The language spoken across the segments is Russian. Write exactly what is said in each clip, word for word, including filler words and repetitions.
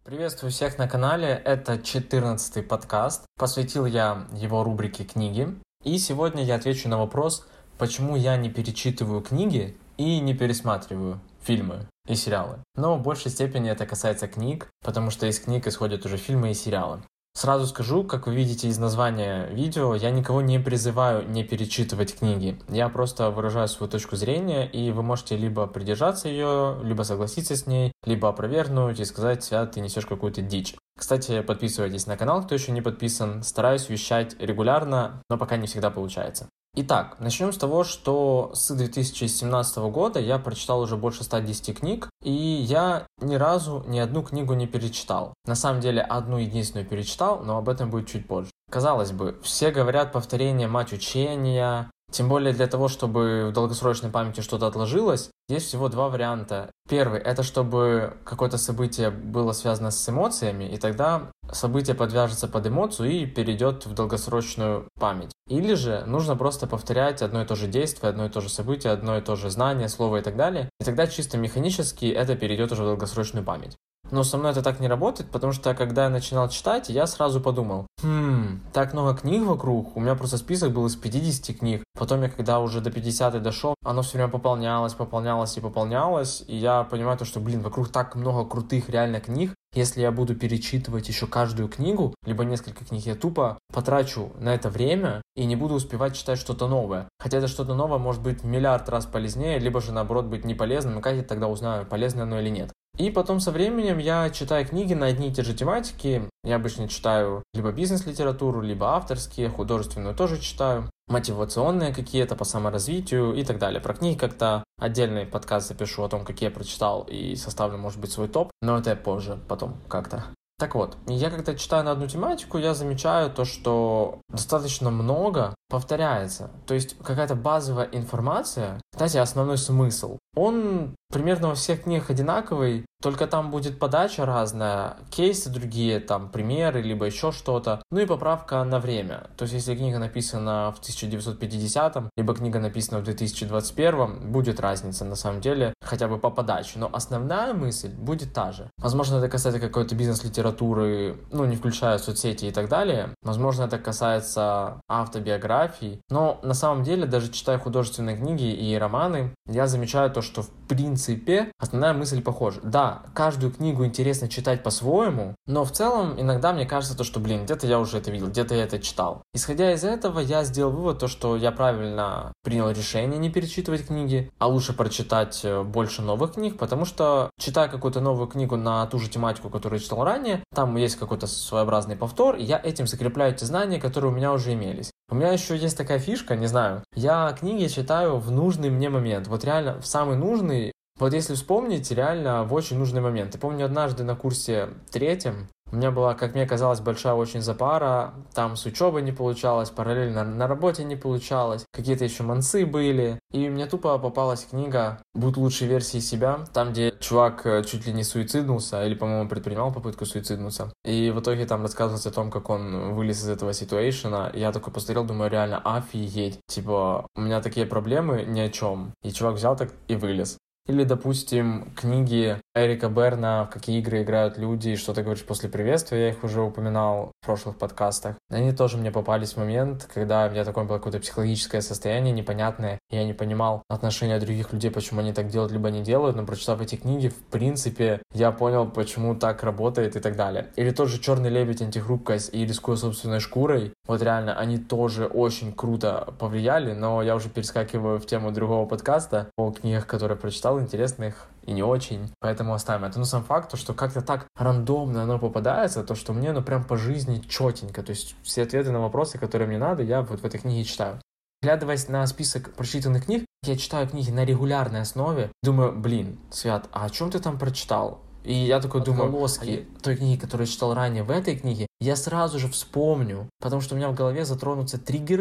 Приветствую всех на канале, это четырнадцатый подкаст, посвятил я его рубрике «Книги». И сегодня я отвечу на вопрос, почему я не перечитываю книги и не пересматриваю фильмы и сериалы. Но в большей степени это касается книг, потому что из книг исходят уже фильмы и сериалы. Сразу скажу, как вы видите из названия видео, я никого не призываю не перечитывать книги. Я просто выражаю свою точку зрения, и вы можете либо придержаться ее, либо согласиться с ней, либо опровергнуть и сказать: «Свят, ты несешь какую-то дичь». Кстати, подписывайтесь на канал, кто еще не подписан. Стараюсь вещать регулярно, но пока не всегда получается. Итак, начнем с того, что с две тысячи семнадцатого года я прочитал уже больше ста десяти книг, и я ни разу ни одну книгу не перечитал. На самом деле, одну единственную перечитал, но об этом будет чуть позже. Казалось бы, все говорят, повторение мать учения. Тем более для того, чтобы в долгосрочной памяти что-то отложилось, есть всего два варианта. Первый – это чтобы какое-то событие было связано с эмоциями, и тогда событие подвяжется под эмоцию и перейдет в долгосрочную память. Или же нужно просто повторять одно и то же действие, одно и то же событие, одно и то же знание, слово и так далее, и тогда чисто механически это перейдет уже в долгосрочную память. Но со мной это так не работает, потому что когда я начинал читать, я сразу подумал: хм, так много книг вокруг, у меня просто список был из пятидесяти книг. Потом я, когда уже до пятидесятой дошел, оно все время пополнялось, пополнялось и пополнялось, и я понимаю то, что, блин, вокруг так много крутых реально книг. Если я буду перечитывать еще каждую книгу, либо несколько книг, я тупо потрачу на это время и не буду успевать читать что-то новое. Хотя это что-то новое может быть в миллиард раз полезнее, либо же наоборот быть не полезным, и как я тогда узнаю, полезно оно или нет. И потом со временем я читаю книги на одни и те же тематики. Я обычно читаю либо бизнес-литературу, либо авторские, художественную тоже читаю, мотивационные какие-то по саморазвитию и так далее. Про книги как-то отдельный подкаст запишу о том, какие я прочитал, и составлю, может быть, свой топ, но это позже, потом как-то. Так вот, я когда читаю на одну тематику, я замечаю то, что достаточно много повторяется. То есть какая-то базовая информация, знаете, основной смысл, он примерно во всех книгах одинаковый, только там будет подача разная, кейсы другие, там примеры, либо еще что-то, ну и поправка на время. То есть если книга написана в тысяча девятьсот пятидесятом, либо книга написана в две тысячи двадцать первом, будет разница на самом деле, хотя бы по подаче, но основная мысль будет та же. Возможно, это касается какой-то бизнес-литературы, ну не включая соцсети и так далее. Возможно, это касается автобиографий, но на самом деле, даже читая художественные книги и романы, я замечаю то, что в принципе основная мысль похожа. Да, каждую книгу интересно читать по-своему, но в целом иногда мне кажется то, что, блин, где-то я уже это видел, где-то я это читал. Исходя из этого, я сделал вывод, то, что я правильно принял решение не перечитывать книги, а лучше прочитать больше новых книг, потому что, читая какую-то новую книгу на ту же тематику, которую я читал ранее, там есть какой-то своеобразный повтор, и я этим закрепляю те знания, которые у меня уже имелись. У меня еще есть такая фишка, не знаю, я книги читаю в нужный мне момент, вот реально в самый нужный. Вот если вспомнить, реально в очень нужный момент. Я помню, однажды на курсе третьем у меня была, как мне казалось, большая очень запара, там с учебой не получалось, параллельно на работе не получалось, какие-то еще мансы были, и мне тупо попалась книга «Будь лучшей версией себя», там, где чувак чуть ли не суициднулся, или, по-моему, предпринимал попытку суициднуться, и в итоге там рассказывается о том, как он вылез из этого ситуэйшена, и я такой посмотрел, думаю, реально офигеть, типа, у меня такие проблемы ни о чем, и чувак взял так и вылез. Или, допустим, книги Эрика Берна «В какие игры играют люди» и «Что ты говоришь после приветствия», я их уже упоминал в прошлых подкастах. Они тоже мне попались в момент, когда у меня такое было какое-то психологическое состояние непонятное, я не понимал отношения других людей, почему они так делают, либо не делают, но прочитав эти книги, в принципе, я понял, почему так работает и так далее. Или тот же «Черный лебедь», «Антихрупкость» и «Рискуя собственной шкурой», вот реально, они тоже очень круто повлияли, но я уже перескакиваю в тему другого подкаста о книгах, которые прочитал, интересных и не очень, поэтому оставим это. Но сам факт, то, что как-то так рандомно оно попадается, то, что мне, ну, прям по жизни четенько, то есть все ответы на вопросы, которые мне надо, я вот в этой книге читаю. Глядываясь на список прочитанных книг, я читаю книги на регулярной основе, думаю, блин, Свят, а о чем ты там прочитал? И я такой думаю, отголоски той книги, которую я читал ранее в этой книге, я сразу же вспомню, потому что у меня в голове затронутся триггеры,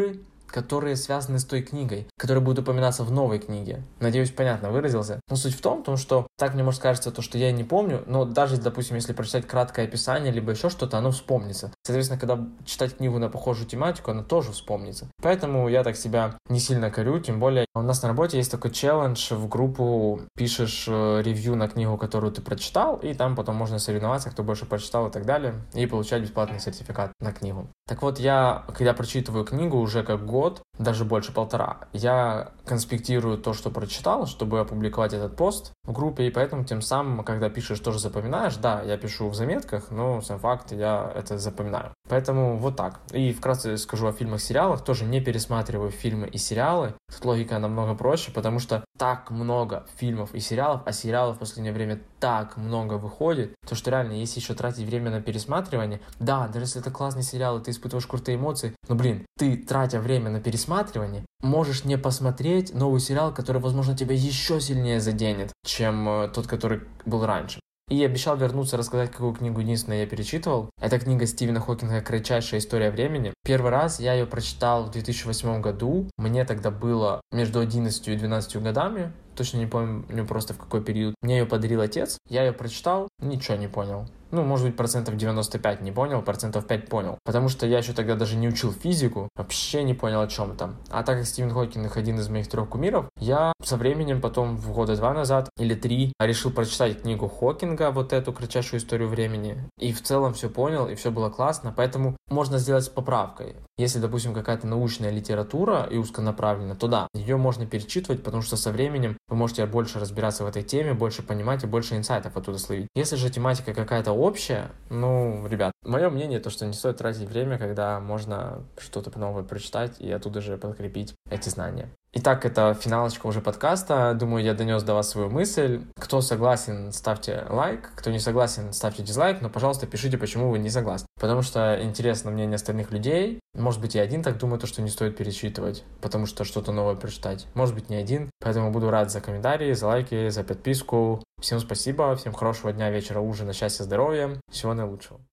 которые связаны с той книгой, которые будут упоминаться в новой книге. Надеюсь, понятно выразился. Но суть в том, том, что так мне может кажется, то, что я не помню, но даже, допустим, если прочитать краткое описание, либо еще что-то, оно вспомнится. Соответственно, когда читать книгу на похожую тематику, она тоже вспомнится. Поэтому я так себя не сильно корю, тем более у нас на работе есть такой челлендж, в группу пишешь ревью на книгу, которую ты прочитал, и там потом можно соревноваться, кто больше прочитал и так далее, и получать бесплатный сертификат на книгу. Так вот, я, когда прочитываю книгу уже как год, даже больше полтора, я конспектирую то, что прочитал, чтобы опубликовать этот пост в группе, и поэтому тем самым, когда пишешь, тоже запоминаешь. Да, я пишу в заметках, но сам факт, я это запоминаю. Поэтому вот так. И вкратце скажу о фильмах, сериалах. Тоже не пересматриваю фильмы и сериалы. Тут логика намного проще, потому что так много фильмов и сериалов, а сериалов в последнее время так много выходит, то что реально, если еще тратить время на пересматривание, да, даже если это классный сериал, и ты испытываешь крутые эмоции, но, блин, ты, тратя время на пересматривание, можешь не посмотреть новый сериал, который, возможно, тебя еще сильнее заденет, чем э, тот, который был раньше. И обещал вернуться, рассказать, какую книгу единственную я перечитывал. Это книга Стивена Хокинга «Кратчайшая история времени». Первый раз я ее прочитал в две тысячи восьмом году. Мне тогда было между одиннадцатью и двенадцатью годами. Точно не помню просто в какой период. Мне ее подарил отец. Я ее прочитал, ничего не понял. Ну, может быть, процентов девяносто пять не понял, процентов пять понял. Потому что я еще тогда даже не учил физику, вообще не понял, о чем там. А так как Стивен Хокинг один из моих трех кумиров, я со временем потом, в года два назад или три, решил прочитать книгу Хокинга, вот эту «Кратчайшую историю времени». И в целом все понял, и все было классно. Поэтому можно сделать с поправкой. Если, допустим, какая-то научная литература и узконаправленная, то да, ее можно перечитывать, потому что со временем вы можете больше разбираться в этой теме, больше понимать и больше инсайтов оттуда словить. Если же тематика какая-то общая, ну, ребят, мое мнение то, что не стоит тратить время, когда можно что-то новое прочитать и оттуда же подкрепить эти знания. Итак, это финалочка уже подкаста. Думаю, я донес до вас свою мысль. Кто согласен, ставьте лайк. Кто не согласен, ставьте дизлайк. Но, пожалуйста, пишите, почему вы не согласны. Потому что интересно мнение остальных людей. Может быть, я один так думаю, то, что не стоит перечитывать, потому что что-то новое прочитать. Может быть, не один. Поэтому буду рад за комментарии, за лайки, за подписку. Всем спасибо. Всем хорошего дня, вечера, ужина, счастья, здоровья. Всего наилучшего.